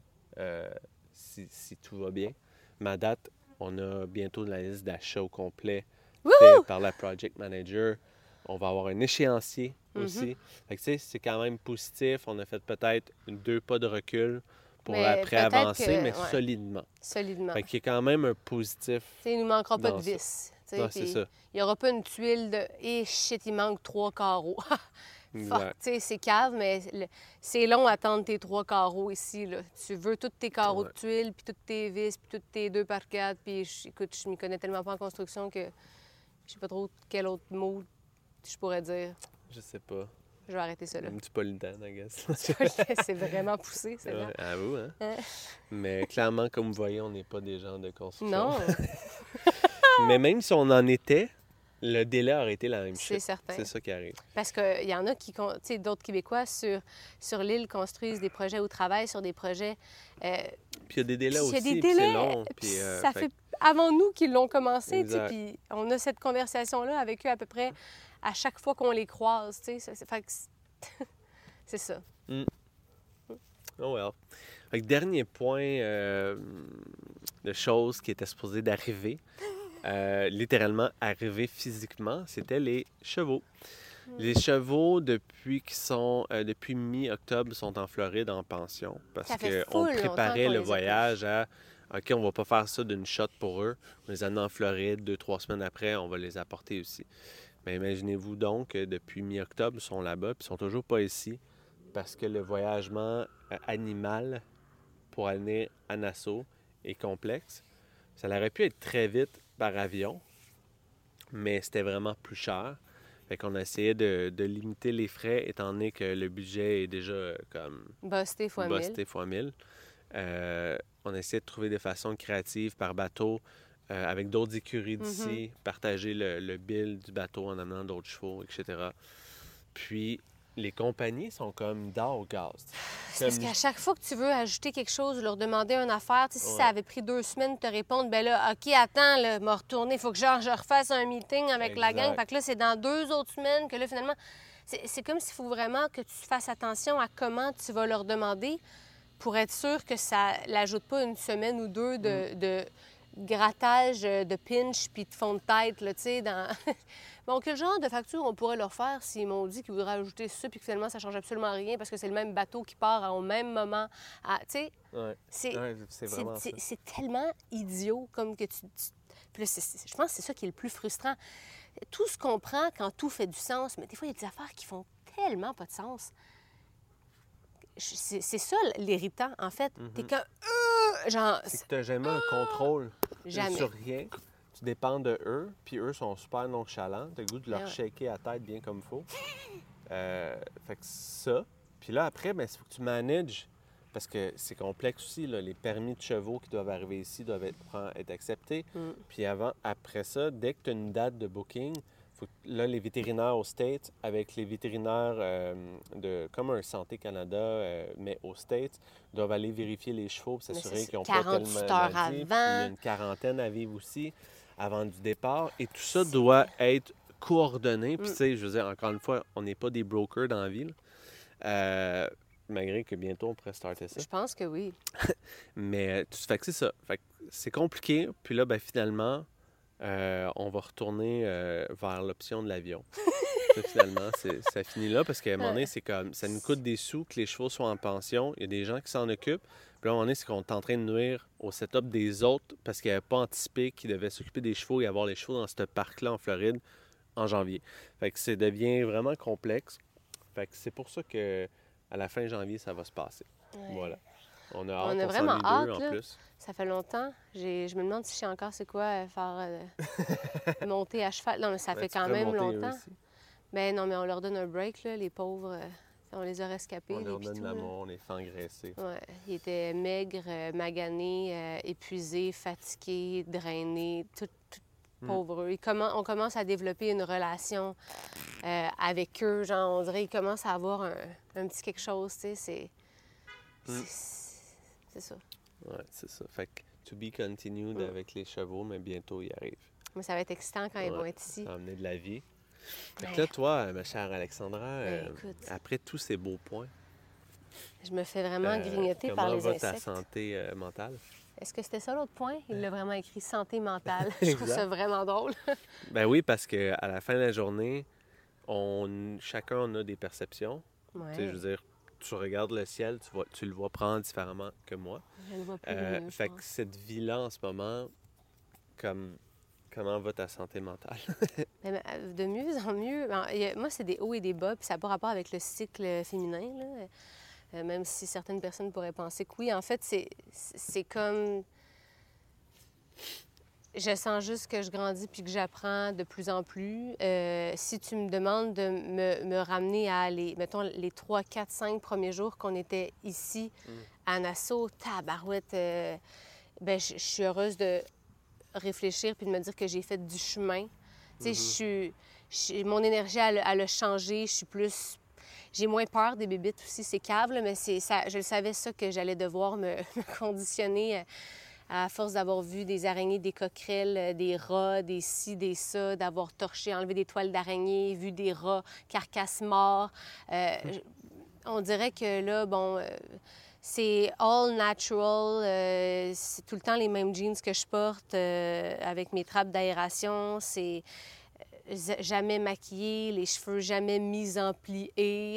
si tout va bien. Ma date, on a bientôt la liste d'achats au complet fait par la project manager. On va avoir un échéancier aussi. Fait que, tu sais, c'est quand même positif. On a fait peut-être 2 pas de recul pour Mais après peut-être avancer, que- mais ouais. solidement. Solidement. Fait qu'il y a quand même un positif. Tu sais, il nous manquera pas dans de ça. vis. tu sais, Non, c'est puis ça. Il n'y aura pas une tuile de « Eh, shit, il manque 3 carreaux. » Fuck, Exact. tu sais, c'est cave, mais c'est long à attendre tes 3 carreaux ici, là. Tu veux tous tes carreaux Ouais. de tuiles, puis toutes tes vis, puis toutes tes 2 par 4, puis écoute, je m'y connais tellement pas en construction que je sais pas trop quel autre mot je pourrais dire. Je sais pas. Je vais arrêter ça là. Un petit polydent, I guess. C'est vraiment poussé, c'est Ouais, là. à vous, hein? Hein? Mais clairement, comme vous voyez, on n'est pas des gens de construction. Non. Mais même si on en était, Le délai aurait été la même C'est chose. certain. C'est ça qui arrive. Parce qu'il y en a qui, tu sais, d'autres Québécois sur l'île construisent des projets ou travaillent sur des projets. Puis il y a des délais Puis il y a aussi, des puis c'est délais, long. puis Puis, ça fait avant nous qu'ils l'ont commencé, tu sais, Exact. puis on a cette conversation-là avec eux à peu près à chaque fois qu'on les croise, tu sais. Fait que c'est ça. Oh well. Fait que dernier point de choses qui étaient supposées d'arriver, littéralement arriver physiquement, c'était les chevaux. Les chevaux, depuis mi-octobre, sont en Floride en pension parce Ça fait qu'on full longtemps préparait qu'on le les a voyage à OK, on va pas faire ça d'une shot pour eux. On les amène en Floride, 2-3 semaines après, on va les apporter aussi. Mais imaginez-vous donc que depuis mi-octobre, ils sont là-bas puis ils sont toujours pas ici parce que le voyagement animal pour aller à Nassau est complexe. Ça aurait pu être très vite par avion, mais c'était vraiment plus cher. Fait qu'on a essayé de limiter les frais, étant donné que le budget est déjà comme Busté fois 1000. busté fois 1000. On a essayé de trouver des façons créatives par bateau, avec d'autres écuries d'ici, partager le bill du bateau en amenant d'autres chevaux, etc. Puis, les compagnies sont comme d'or au gaz. C'est parce qu'à chaque fois que tu veux ajouter quelque chose ou leur demander une affaire, tu sais, si Ouais. ça avait pris 2 semaines de te répondre, ben là, OK, attends, là, me retourner, il faut que je refasse un meeting avec la gang. Exact. Fait que là, c'est dans 2 autres semaines que là, finalement, c'est comme s'il faut vraiment que tu fasses attention à comment tu vas leur demander pour être sûr que ça l'ajoute pas une semaine ou deux de grattage, de pinch puis de fond de tête, là, tu sais, dans... Bon, quel genre de facture on pourrait leur faire s'ils m'ont dit qu'ils voudraient ajouter ça puis que finalement, ça change absolument rien parce que c'est le même bateau qui part au même moment. Tu sais, Ouais. c'est Ouais, c'est vraiment ça. c'est tellement idiot comme que Puis là, je pense que c'est ça qui est le plus frustrant. Tout se comprend quand tout fait du sens, mais des fois, il y a des affaires qui font tellement pas de sens. C'est ça l'irritant, en fait. T'es comme... genre... C'est que tu n'as jamais un contrôle Jamais. sur rien. Tu dépends de eux, puis eux sont super nonchalants. Tu as le goût de leur Ben ouais. shaker la tête bien comme il faut. Fait que ça. Puis là, après, il faut que tu manages, parce que c'est complexe aussi, là, les permis de chevaux qui doivent arriver ici doivent être acceptés. Puis après ça, dès que tu as une date de booking, faut que, là, les vétérinaires aux States, avec les vétérinaires comme un Santé Canada, mais aux States, doivent aller vérifier les chevaux pour Mais s'assurer c'est qu'ils n'ont 48 pas telle heures maladie. Puis avant. il y a une quarantaine à vivre aussi avant du départ. Et tout ça doit être coordonné. Puis tu sais, je veux dire, encore une fois, on n'est pas des brokers dans la ville. Malgré que bientôt, on pourrait starter ça. Je pense que oui. Mais fait que c'est ça. Fait que c'est compliqué. Puis là, ben, finalement, on va retourner vers l'option de l'avion. Ça, finalement, ça finit là parce qu'à un moment donné, c'est comme ça nous coûte des sous que les chevaux soient en pension. Il y a des gens qui s'en occupent. Puis là, à un moment donné, c'est qu'on est en train de nuire au setup des autres parce qu'ils n'avaient pas anticipé qu'ils devaient s'occuper des chevaux et avoir les chevaux dans ce parc-là en Floride en janvier. Fait que ça devient vraiment complexe. Fait que c'est pour ça que à la fin janvier, ça va se passer. Ouais. Voilà. On a hâte, On a on vraiment s'ennuie d'eux, hâte, en là. plus. Ça fait longtemps. Je me demande si je sais encore c'est quoi faire monter à cheval. Non, mais ça Ben, fait tu quand pourrais même monter eux longtemps. aussi. Mais non, mais on leur donne un break, là, les pauvres. On les a rescapés, On les leur donne pitous, là. l'amour, on les fait engraisser. Ouais, ils étaient maigres, maganés, épuisés, fatigués, drainés, tout pauvres. On commence à développer une relation avec eux. Genre, on dirait qu'ils commencent à avoir un petit quelque chose, tu sais. C'est ça. Ouais, c'est ça. Fait que to be continued avec les chevaux, mais bientôt ils arrivent. Mais ça va être excitant quand ils vont Ouais, être ici. Ça va amener de la vie. Fait que Ouais. là, toi, ma chère Alexandra, Ben, écoute. après tous ces beaux points, Je me fais vraiment grignoter par comment les va insectes. ta santé mentale? Est-ce que c'était ça l'autre point? Il l'a vraiment écrit santé mentale. Je trouve ça Exact. vraiment drôle. Ben oui, parce qu'à la fin de la journée, chacun on a des perceptions. Ouais, Tu sais, je veux dire, tu regardes le ciel, tu le vois prendre différemment que moi. je le vois plus lumineux, je Fait que pense. cette vie-là, en ce moment, comment va ta santé mentale? Mais, de mieux en mieux. Moi, c'est des hauts et des bas, puis ça n'a pas rapport avec le cycle féminin, là. Même si certaines personnes pourraient penser que oui. En fait, c'est comme... Je sens juste que je grandis puis que j'apprends de plus en plus. Si tu me demandes de me ramener à mettons, les 3, 4, 5 premiers jours qu'on était ici à Nassau, tabarouette, ben, je suis heureuse de réfléchir puis de me dire que j'ai fait du chemin Tu sais, mon énergie, elle a changé. Je suis plus... J'ai moins peur des bébites aussi, c'est cave, là, mais je le savais ça que j'allais devoir me conditionner à force d'avoir vu des araignées, des coquerelles, des rats, des ci, des ça, d'avoir torché, enlevé des toiles d'araignée, vu des rats, carcasses morts. On dirait que là, bon, c'est all natural. C'est tout le temps les mêmes jeans que je porte avec mes trappes d'aération. C'est jamais maquillée, les cheveux jamais mis en plié.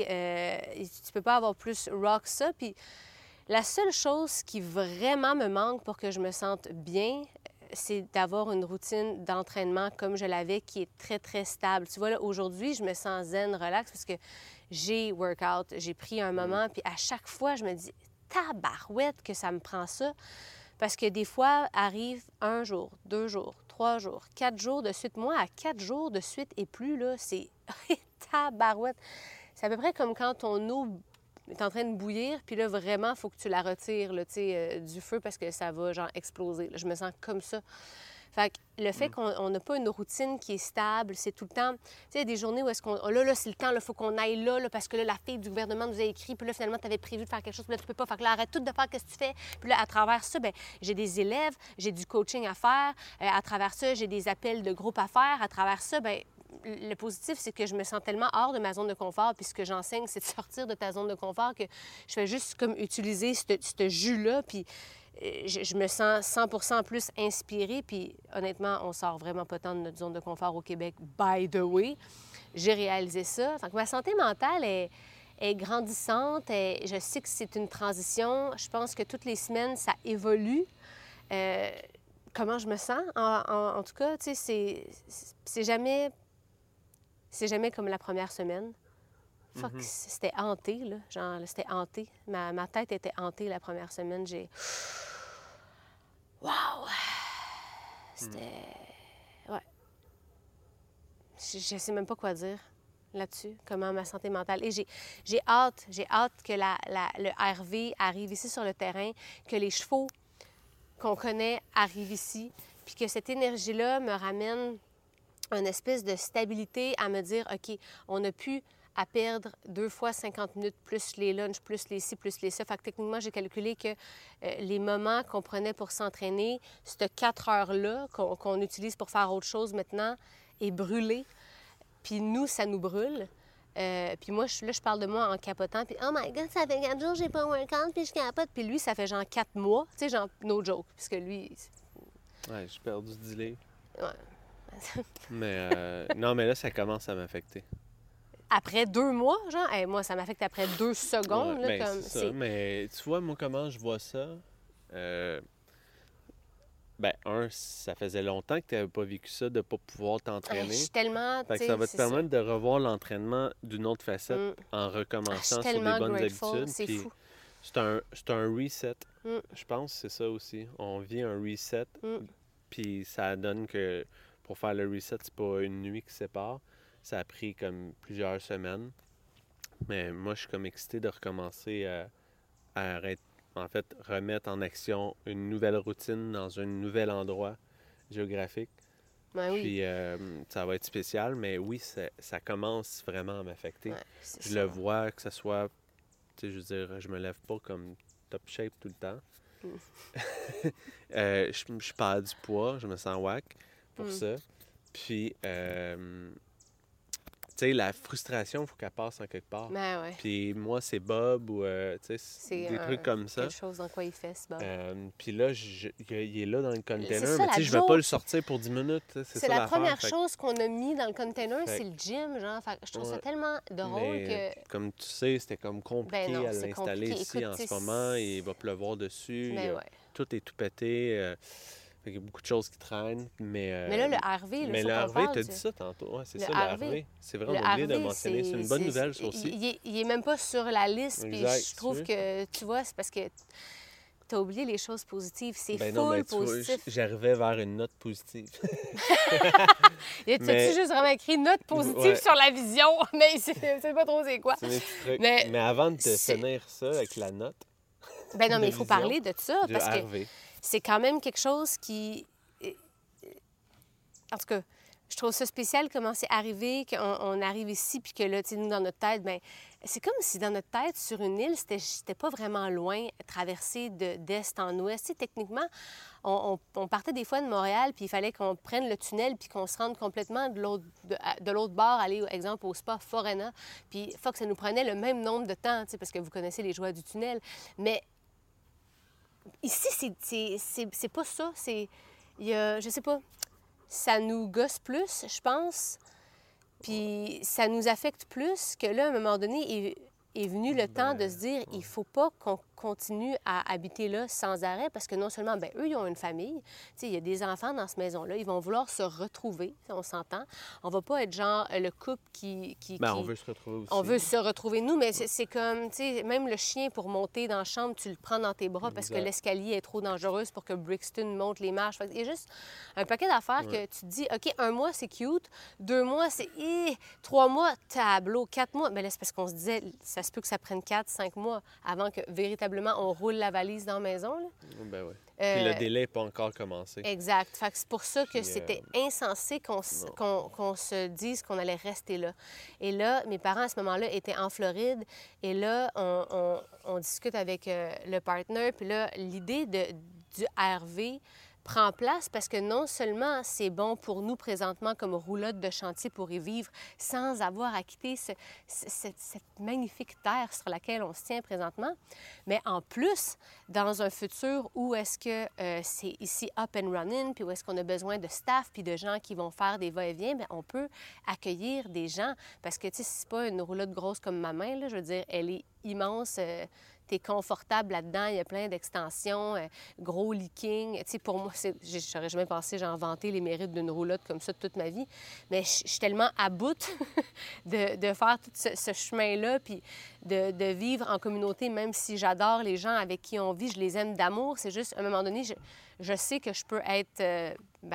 Tu peux pas avoir plus rock ça. Puis la seule chose qui vraiment me manque pour que je me sente bien, c'est d'avoir une routine d'entraînement comme je l'avais, qui est très, très stable. Tu vois, là, aujourd'hui, je me sens zen, relax, parce que j'ai workout, j'ai pris un moment, puis à chaque fois, je me dis, tabarouette que ça me prend ça. Parce que des fois, arrive 1 jour, 2 jours, 3 jours, 4 jours de suite. Moi, à 4 jours de suite et plus, là, c'est tabarouette. C'est à peu près comme quand ton eau est en train de bouillir, puis là, vraiment, il faut que tu la retires là, du feu parce que ça va, genre, exploser. Là, je me sens comme ça. Fait que le fait qu'on n'a pas une routine qui est stable, c'est tout le temps... Tu sais, il y a des journées où est-ce qu'on... Là, c'est le temps, il faut qu'on aille là, parce que là, la fille du gouvernement nous a écrit, puis là, finalement, tu avais prévu de faire quelque chose, puis là, tu peux pas. Fait que là, arrête tout de faire ce que tu fais. Puis là, à travers ça, bien, j'ai des élèves, j'ai du coaching à faire. À travers ça, j'ai des appels de groupe à faire. À travers ça, bien, le positif, c'est que je me sens tellement hors de ma zone de confort, puis ce que j'enseigne, c'est de sortir de ta zone de confort, que je fais juste comme utiliser ce jus-là, puis je me sens 100% plus inspirée, puis honnêtement, on sort vraiment pas tant de notre zone de confort au Québec, by the way. J'ai réalisé ça. Fait que ma santé mentale est grandissante. Je sais que c'est une transition. Je pense que toutes les semaines, ça évolue. Comment je me sens? En tout cas, tu sais, c'est jamais comme la première semaine. Fuck, c'était hanté, là. Genre, c'était hanté. Ma tête était hantée la première semaine. Wow! C'était... Ouais. Je sais même pas quoi dire là-dessus, comment ma santé mentale... Et j'ai hâte que le RV arrive ici sur le terrain, que les chevaux qu'on connaît arrivent ici, puis que cette énergie-là me ramène une espèce de stabilité à me dire, OK, on a pu à perdre 2 fois 50 minutes, plus les lunchs, plus les ci, plus les ça. Fait que techniquement, j'ai calculé que les moments qu'on prenait pour s'entraîner, cette 4 heures-là qu'on utilise pour faire autre chose maintenant, est brûlée. Puis nous, ça nous brûle. Puis moi, je parle de moi en capotant. Puis, oh my God, ça fait 4 jours, j'ai pas un workout, puis je capote. Puis lui, ça fait genre 4 mois. Tu sais, genre, no joke. Puisque lui... Ouais, j'ai perdu 10 livres. Ouais. Mais non, mais là, ça commence à m'affecter. Après 2 mois, genre, moi, ça m'affecte après 2 secondes. Ouais, là, comme, c'est ça. Mais tu vois, moi, comment je vois ça? Ça faisait longtemps que tu n'avais pas vécu ça, de ne pas pouvoir t'entraîner. Je suis tellement... Fait que ça va te permettre de revoir l'entraînement d'une autre facette en recommençant sur des bonnes habitudes. C'est fou. C'est un reset. Je pense que c'est ça aussi. On vit un reset, puis ça donne que pour faire le reset, c'est pas une nuit qui sépare. Ça a pris comme plusieurs semaines. Mais moi, je suis comme excité de recommencer à remettre en action une nouvelle routine dans un nouvel endroit géographique. Ben oui. Puis ça va être spécial, mais oui, ça commence vraiment à m'affecter. Ouais, je le vois, que ce soit, tu sais, je veux dire, je me lève pas comme top shape tout le temps. Je perds du poids, je me sens whack pour ça. Puis, tu sais, la frustration, il faut qu'elle passe en quelque part. Ben ouais. Puis moi, c'est Bob ou, tu sais, des trucs comme ça. Quelque chose dans quoi il fait, ce Bob. Puis là, il est là dans le container, ça, mais tu sais, je vais pas le sortir pour 10 minutes. C'est ça la l'affaire. première chose qu'on a mis dans le container, c'est le gym, genre. Fait, je trouve ça tellement drôle que... Comme tu sais, c'était comme compliqué à l'installer ici en ce moment. Il va pleuvoir dessus. Tout est tout pété. Il y a beaucoup de choses qui traînent, mais là, le RV, mais le RV, tu as dit ça tantôt. Ouais, c'est ça, le RV. C'est vrai, on a oublié de mentionner. C'est une bonne nouvelle, ça aussi. Il est même pas sur la liste, puis je trouve que, tu vois, c'est parce que tu as oublié les choses positives. C'est full positif. J'arrivais vers une note positive. Tu as-tu juste vraiment écrit note positive sur la vision? Mais c'est pas trop c'est quoi. C'est des petits trucs. Mais avant de finir ça avec la note... Ben non, mais il faut parler de ça, parce RV. que c'est quand même quelque chose qui... En tout cas, je trouve ça spécial comment c'est arrivé, qu'on arrive ici, puis que là, tu sais, nous, dans notre tête, bien, c'est comme si dans notre tête, sur une île, c'était pas vraiment loin, traverser d'est en ouest. Tu sais, techniquement, on partait des fois de Montréal, puis il fallait qu'on prenne le tunnel, puis qu'on se rende complètement de l'autre bord, aller, exemple, au spa Forena. Puis, il faut que ça nous prenait le même nombre de temps, tu sais, parce que vous connaissez les joies du tunnel. Mais ici, c'est pas ça. Je sais pas, ça nous gosse plus, je pense. Puis ça nous affecte plus que là, à un moment donné, est venu le temps de se dire, il faut pas qu'on continue à habiter là sans arrêt parce que non seulement, bien, eux, ils ont une famille, tu sais, il y a des enfants dans cette maison-là, ils vont vouloir se retrouver, on s'entend. On va pas être genre le couple on veut se retrouver aussi. On veut se retrouver, nous, mais c'est comme, tu sais, même le chien, pour monter dans la chambre, tu le prends dans tes bras parce que l'escalier est trop dangereuse pour que Brixton monte les marches. Il y a juste un paquet d'affaires que tu te dis, OK, 1 mois, c'est cute, 2 mois, c'est... 3 mois, tableau, 4 mois. Mais là, c'est parce qu'on se disait, ça se peut que ça prenne 4, 5 mois avant que véritablement on roule la valise dans la maison. Là. Ben oui. Puis le délai n'est pas encore commencé. Exact. Fait que c'est pour ça que c'était insensé qu'on se dise qu'on allait rester là. Et là, mes parents, à ce moment-là, étaient en Floride. Et là, on discute avec le partner. Puis là, l'idée du RV prend place parce que non seulement c'est bon pour nous présentement comme roulotte de chantier pour y vivre sans avoir à quitter cette magnifique terre sur laquelle on se tient présentement, mais en plus, dans un futur où est-ce que c'est ici up and running, puis où est-ce qu'on a besoin de staff, puis de gens qui vont faire des va-et-vient, bien, on peut accueillir des gens parce que, tu sais, c'est pas une roulotte grosse comme ma main, là, je veux dire, elle est immense. Tu es confortable là-dedans, il y a plein d'extensions, gros leaking. Tu sais, pour moi, j'aurais jamais pensé, j'ai inventé les mérites d'une roulotte comme ça toute ma vie. Mais je suis tellement à bout de faire tout ce chemin-là, puis de vivre en communauté, même si j'adore les gens avec qui on vit, je les aime d'amour. C'est juste, à un moment donné, je sais que je peux être,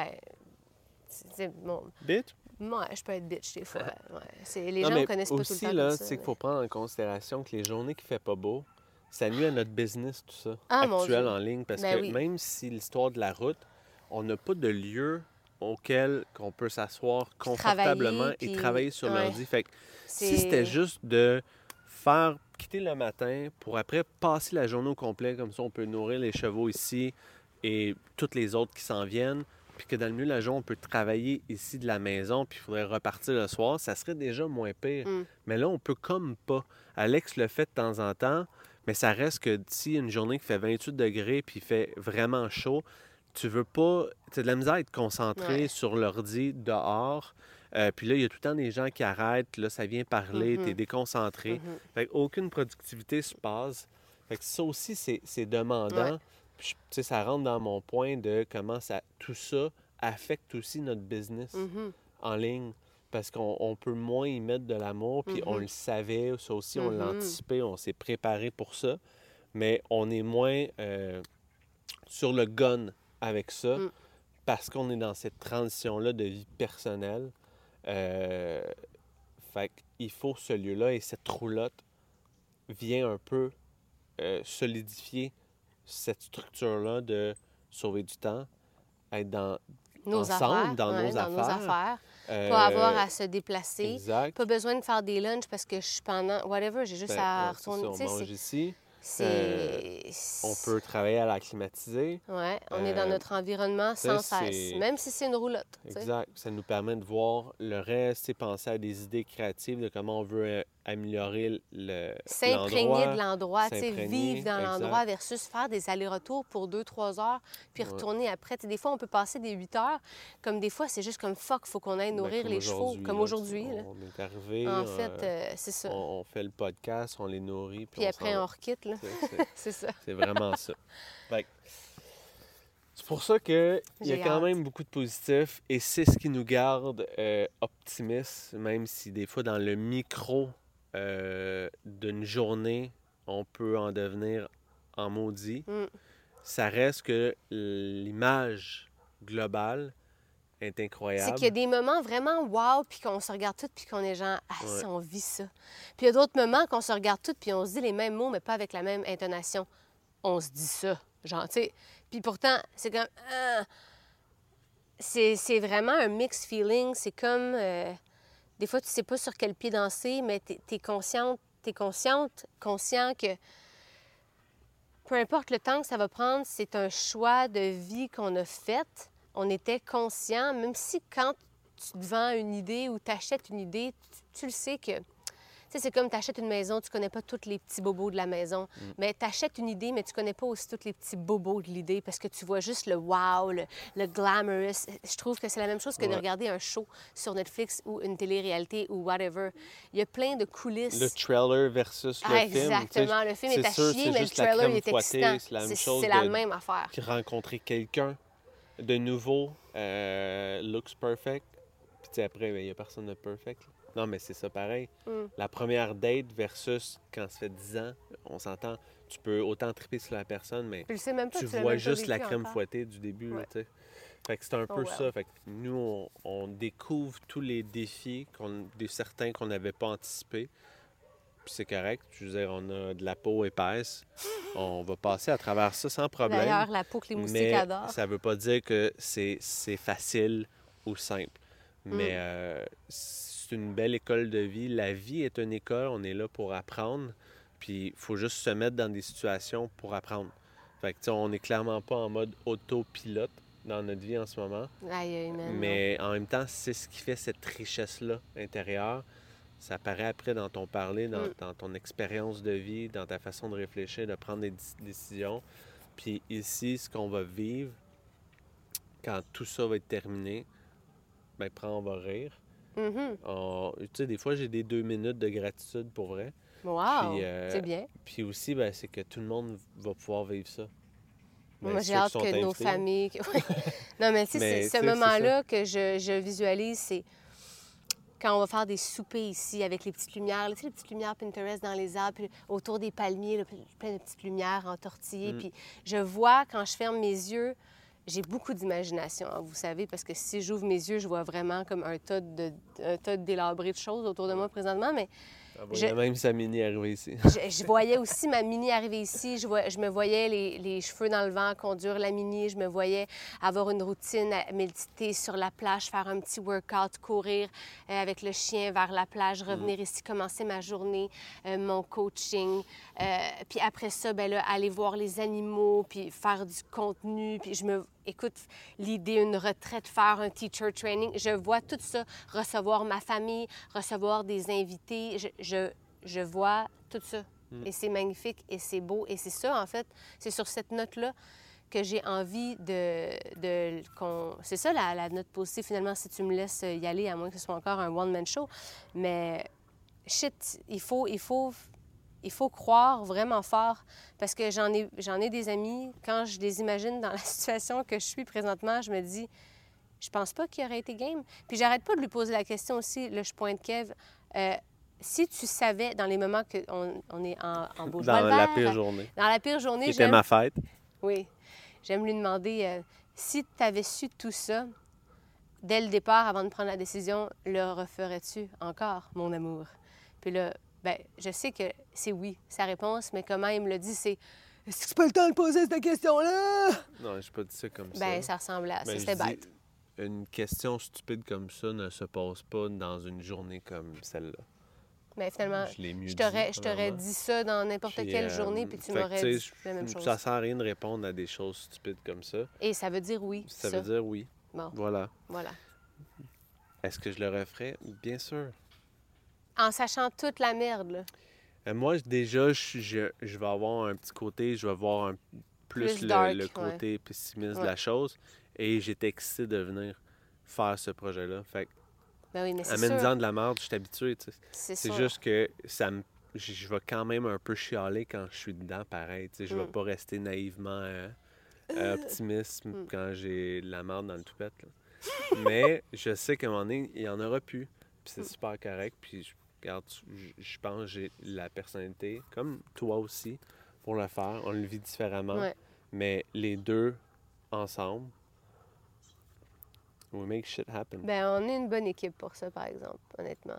Bitch? Moi, je peux être bitch des fois. Ouais. Les gens ne connaissent pas aussi, tout le temps là, comme ça. C'est qu'il faut prendre en considération que les journées qu'il ne fait pas beau, ça nuit à notre business, tout ça, mon actuel Dieu. en ligne. Parce Ben que oui. même si l'histoire de la route, on n'a pas de lieu auquel on peut s'asseoir confortablement et travailler sur l'ordi. Fait que si c'était juste de faire quitter le matin pour après passer la journée au complet, comme ça on peut nourrir les chevaux ici et toutes les autres qui s'en viennent, puis que dans le milieu de la journée, on peut travailler ici de la maison, puis il faudrait repartir le soir, ça serait déjà moins pire. Mais là, on peut comme pas. Alex le fait de temps en temps, mais ça reste que si une journée qui fait 28 degrés puis il fait vraiment chaud, tu veux pas... Tu as de la misère à être concentré sur l'ordi dehors. Puis là, il y a tout le temps des gens qui arrêtent. Là, ça vient parler, tu es déconcentré. Fait qu'aucune productivité se passe. Fait que ça aussi, c'est demandant. Puis, tu sais, ça rentre dans mon point de comment tout ça affecte aussi notre business en ligne. Parce qu'on peut moins y mettre de l'amour, puis on le savait, ça aussi, on l'a anticipé, on s'est préparé pour ça, mais on est moins sur le gun avec ça, parce qu'on est dans cette transition-là de vie personnelle. Fait qu'il faut ce lieu-là, et cette roulotte vient un peu solidifier cette structure-là de sauver du temps, être ensemble dans nos affaires. Pas avoir à se déplacer. Exact. Pas besoin de faire des lunchs parce que je suis pendant... Whatever, j'ai juste à retourner. On mange ici. C'est... On peut travailler à la climatisée. Oui, on est dans notre environnement sans cesse, même si c'est une roulotte. Exact. Ça nous permet de voir le reste, penser à des idées créatives de comment on veut améliorer s'imprégner de l'endroit, vivre dans l'endroit versus faire des allers-retours pour 2-3 heures, puis retourner après. T'sais, des fois, on peut passer des 8 heures, comme des fois, c'est juste comme fuck, il faut qu'on aille nourrir les chevaux, comme aujourd'hui. On est arrivé, en fait, c'est ça. On fait le podcast, on les nourrit. Puis après, on requitte. Là. C'est ça. C'est vraiment ça. C'est pour ça qu'il y a quand même beaucoup de positifs et c'est ce qui nous garde optimistes, même si des fois, dans le micro d'une journée, on peut en devenir en maudit. Ça reste que l'image globale est incroyable. C'est qu'il y a des moments vraiment wow, puis qu'on se regarde tous, puis qu'on est genre, si on vit ça. Puis il y a d'autres moments qu'on se regarde tous, puis on se dit les mêmes mots, mais pas avec la même intonation. On se dit ça, genre, tu sais. Puis pourtant, c'est comme, c'est vraiment un mixed feeling. C'est comme... des fois, tu sais pas sur quel pied danser, mais t'es conscient que peu importe le temps que ça va prendre, c'est un choix de vie qu'on a fait. On était conscient, même si quand tu te vends une idée ou tu achètes une idée, tu le sais que... Tu sais, c'est comme tu achètes une maison, tu connais pas tous les petits bobos de la maison. Mais tu achètes une idée, mais tu connais pas aussi tous les petits bobos de l'idée parce que tu vois juste le wow, le glamorous. Je trouve que c'est la même chose que de regarder un show sur Netflix ou une télé-réalité ou whatever. Il y a plein de coulisses. Le trailer versus le film. Exactement. Le film est à chier, mais le trailer il est excitant. C'est la même chose. C'est la même affaire. Rencontrer quelqu'un de nouveau, looks perfect. Puis après, il n'y a personne de perfect. Non, mais c'est ça pareil. La première date versus quand ça fait 10 ans, on s'entend, tu peux autant triper sur la personne, mais je sais même pas, tu vois juste la crème fouettée du début. Là, fait que c'est un peu ça. Fait que nous, on découvre tous les défis, certains qu'on n'avait pas anticipés. Puis c'est correct. Je veux dire, on a de la peau épaisse. On va passer à travers ça sans problème. D'ailleurs, la peau que les moustiques adorent. Ça veut pas dire que c'est facile ou simple. Mais c'est une belle école de vie. La vie est une école. On est là pour apprendre. Puis il faut juste se mettre dans des situations pour apprendre. Fait que, on n'est clairement pas en mode autopilote dans notre vie en ce moment. Mais en même temps, c'est ce qui fait cette richesse-là intérieure. Ça apparaît après dans ton parler, dans ton expérience de vie, dans ta façon de réfléchir, de prendre des décisions. Puis ici, ce qu'on va vivre, quand tout ça va être terminé, bien, on va rire. Tu sais, des fois, j'ai des 2 minutes de gratitude pour vrai. Wow! C'est bien. Puis aussi, ben, c'est que tout le monde va pouvoir vivre ça. Moi, j'ai hâte que nos familles... Non, mais tu sais, ce moment-là que je visualise, c'est quand on va faire des soupers ici avec les petites lumières, tu sais, les petites lumières Pinterest dans les arbres, puis autour des palmiers, là, plein de petites lumières entortillées. Puis je vois, quand je ferme mes yeux, j'ai beaucoup d'imagination, hein, vous savez, parce que si j'ouvre mes yeux, je vois vraiment comme un tas délabré de choses autour de moi présentement, mais... Il y a même sa mini arrivée ici. je voyais aussi ma mini arriver ici. Je me voyais les cheveux dans le vent, conduire la mini. Je me voyais avoir une routine, méditer sur la plage, faire un petit workout, courir avec le chien vers la plage, revenir ici, commencer ma journée, mon coaching. Puis après ça, ben là, aller voir les animaux, puis faire du contenu. Puis écoute, l'idée, une retraite, faire un teacher training, je vois tout ça, recevoir ma famille, recevoir des invités, je vois tout ça. Et c'est magnifique, et c'est beau, et c'est ça, en fait, c'est sur cette note-là que j'ai envie c'est ça, la note positive, finalement, si tu me laisses y aller, à moins que ce soit encore un one-man show. Mais, shit, il faut croire vraiment fort parce que j'en ai des amis, quand je les imagine dans la situation que je suis présentement, je me dis, je pense pas qu'il aurait été game. Puis j'arrête pas de lui poser la question aussi, là, je pointe Kev, si tu savais dans les moments qu'on est en beau Dans la pire journée. Dans la pire journée, C'était ma fête. Oui. J'aime lui demander, si tu avais su tout ça, dès le départ, avant de prendre la décision, le referais-tu encore, mon amour? Puis là, bien, je sais que c'est oui, sa réponse, mais comment il me le dit, c'est « Est-ce que c'est pas le temps de poser cette question-là? » Non, je pas dit ça comme ça. Bien, ça ressemblait à ça, c'était bête. Une question stupide comme ça ne se pose pas dans une journée comme celle-là. Mais finalement, je t'aurais dit ça dans n'importe quelle journée, puis tu m'aurais dit la même chose. Ça sert à rien de répondre à des choses stupides comme ça. Et ça veut dire oui, ça veut dire oui. Bon. Voilà. Voilà. Est-ce que je le referais? Bien sûr. En sachant toute la merde, là. Moi, déjà, je vais avoir un petit côté, je vais voir plus dark, le côté pessimiste de la chose. Et j'étais excité de venir faire ce projet-là. Fait que, ben oui, mais c'est amène-en de la merde, je suis habitué. C'est juste que je vais quand même un peu chialer quand je suis dedans, pareil. Je vais pas rester naïvement optimiste quand j'ai de la merde dans le toupette. Là. Mais je sais qu'à un moment donné, il y en aura plus. Puis c'est super correct. Puis regarde, je pense que j'ai la personnalité, comme toi aussi, pour le faire. On le vit différemment. Ouais. Mais les deux, ensemble, we make shit happen. Ben, on est une bonne équipe pour ça, par exemple, honnêtement.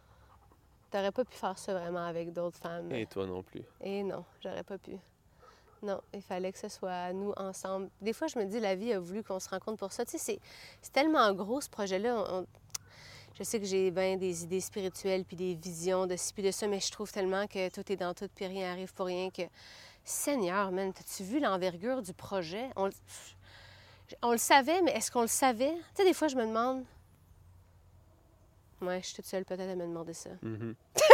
T'aurais pas pu faire ça vraiment avec d'autres femmes. Et toi non plus. Et non, j'aurais pas pu. Non, il fallait que ce soit nous ensemble. Des fois, je me dis, la vie a voulu qu'on se rencontre pour ça. Tu sais, c'est tellement gros, ce projet-là. Je sais que j'ai bien des idées spirituelles puis des visions de ci puis de ça, mais je trouve tellement que tout est dans tout puis rien arrive pour rien que... Seigneur, man, t'as-tu vu l'envergure du projet? On le savait, mais est-ce qu'on le savait? Tu sais, des fois, je me demande... Ouais, je suis toute seule peut-être à me demander ça. Mhm.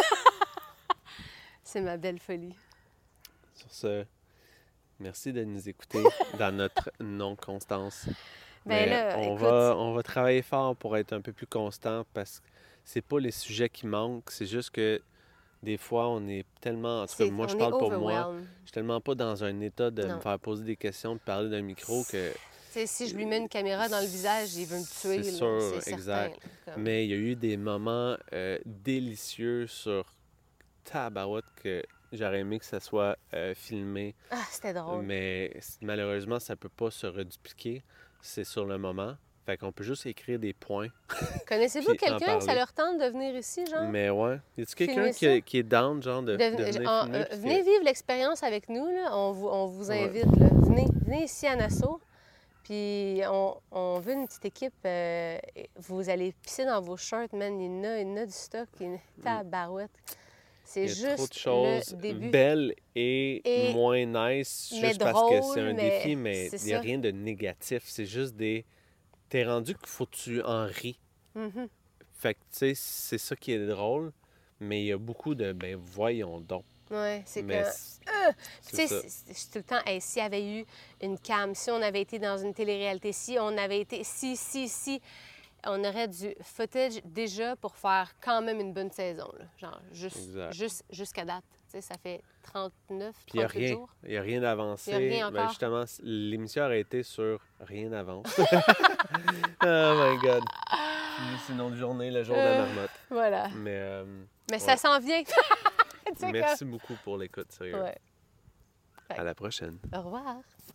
C'est ma belle folie. Sur ce, merci de nous écouter dans notre non-constance. Ben Mais là, on écoute, on va travailler fort pour être un peu plus constant parce que c'est pas les sujets qui manquent, c'est juste que des fois, on est tellement... En tout cas, moi, je on est parle pour moi. overwhelmed. Je suis tellement pas dans un état de Non. me faire poser des questions, de parler d'un micro que... Tu sais, si je lui mets une caméra dans le visage, il veut me tuer, C'est là, sûr, c'est exact. certain. Là, comme... Mais il y a eu des moments délicieux sur Tabarouette que j'aurais aimé que ça soit filmé. Ah, c'était drôle. Mais malheureusement, ça peut pas se redupliquer. C'est sur le moment. Fait qu'on peut juste écrire des points. Connaissez-vous puis en quelqu'un que ça parler. leur tente de venir ici, genre? Mais ouais. Y a-tu quelqu'un Filmer ça? qui est down, genre, de venir filmer? puis Venez vivre l'expérience avec nous, là. On vous Ouais. invite, là. Venez ici à Nassau. Puis on veut une petite équipe. Vous allez pisser dans vos shirts, man. Il y en a du stock. Tabarouette. C'est Il y a trop de juste choses le début. belles et Et- moins nice mais juste parce que c'est drôles, un mais défi, mais c'est il n'y a ça. rien de négatif. C'est juste des... T'es rendu qu'il faut que tu en ris. Mhm. Fait que, tu sais, c'est ça qui est drôle, mais il y a beaucoup de, ben, voyons donc. Ouais, c'est Mais que... c'est Tu sais, ça. je suis tout le temps, hey, s'il y avait eu une cam, si on avait été dans une télé-réalité, si on avait été, si, on aurait du footage déjà pour faire quand même une bonne saison, là. Genre, Exact. jusqu'à date. Tu sais, ça fait 39, Puis il n'y a 38 rien. jours. Il n'y a rien d'avancé. Il y a rien Ben, encore. justement, l'émission aurait été sur rien d'avance. Oh my God. Puis c'est une autre journée, le jour de la marmotte. Voilà. Mais Mais ça ouais. s'en vient. Tu sais, Merci beaucoup pour l'écoute, sérieux. Ouais. À la prochaine. Au revoir.